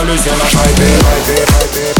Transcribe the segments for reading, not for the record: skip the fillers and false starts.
приколюсь я на хайпе.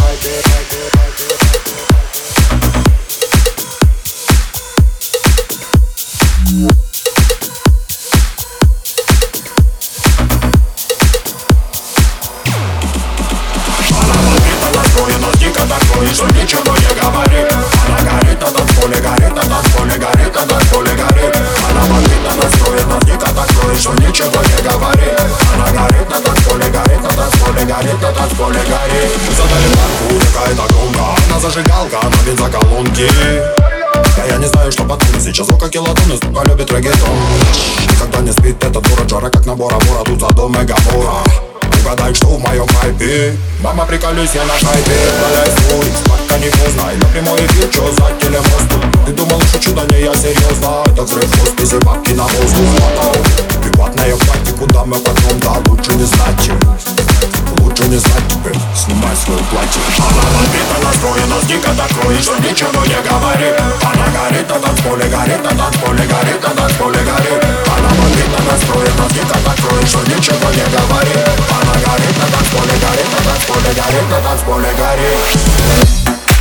Дико такой, что ничего не говорит. Она горит на танцполе, горит на танцполе, горит на танцполе, горит. Она бомбит, настроена, дико такой, что ничего не говорит. Она горит на танцполе, горит на танцполе, горит на танцполе, горит. Задали марку, какая-то громко. Она зажигалка, она бензоколонки. Я не знаю, что потом, сейчас звука килотонны, сука любит реггетон. Никогда не спит этот город, жара как на Бора-Бора, тут Содом и Гоморра. Угадай, что в моем хайпе. Мама, приколюсь я на хайпе. Валяй свой, пока не поздно. На прямой эфир, чё за телемосту? Ты думал, шучу, да не, я серьезно. Это взрыв в хосписе, бабки на воздух. Приватная пати, куда мы потом, да лучше не знать. Лучше не знать тебе, снимай свое платье. Она бомбит, настроена, дико такой, что ничего не говорит. Она горит на танцполе, горит на танцполе, горит на танцполе, горит. Она бомбит, настроена, дико такой, что ничего не говорит. Она горит на танцполе, горит на танцполе, горит на танцполе, горит.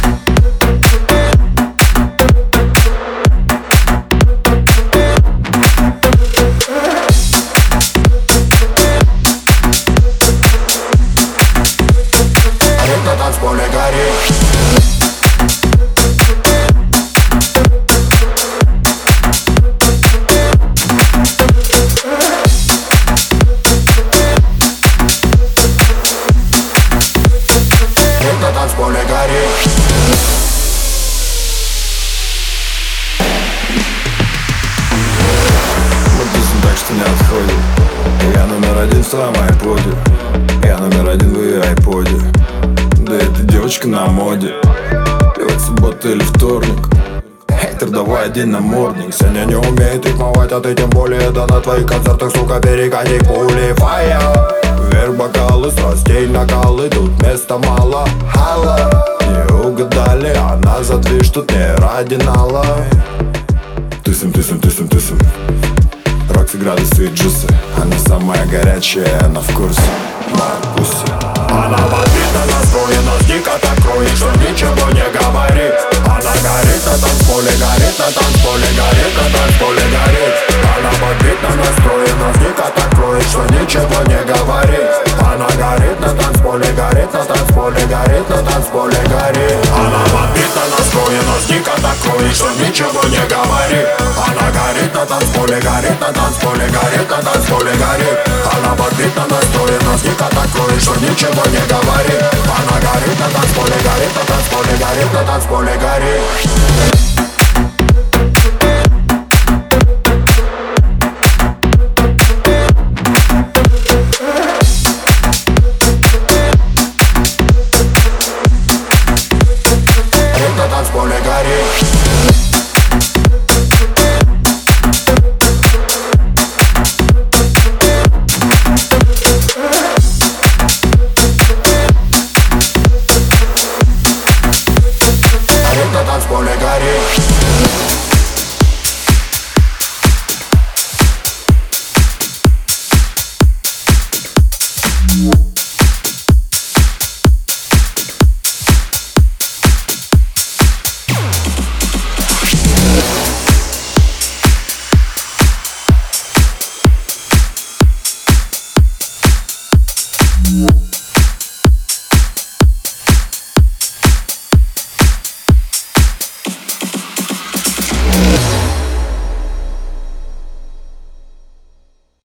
Не отходит. Я номер один в твоем айподе. Я номер один в ее айподе. Да эта девочка на моде. Пивать суббота или вторник. Хейтер, давай один намордник. Сегодня не умеет рифмовать, а ты тем более. Да на твоих концертах, сука, перегони пули. Фая, вверх бокалы, страстей накалы. Тут места мало, хала. Не угадали, а нас за движ тут не ради нала. Тысим. Рокси, градусы и джусы. Она самая горячая, она в курсе. Пусть. Она бомбит, настроена, дико такой, что ничего не говорит. Она горит на танцполе, горит на танцполе, горит на танцполе, горит. Она бомбит, настроена, дико такой, что ничего не говорит. Она горит на танцполе, горит на танцполе, горит на танцполе, горит. Она бомбит, настроена, дико такой, что ничего не говорит. Она горит на танцполе, горит на танцполе, горит на танцполе, горит. Она бомбит, настроена, дико такой, что ничего не говорит. Она горит на танцполе, горит на танцполе, горит на танцполе, горит. Yeah.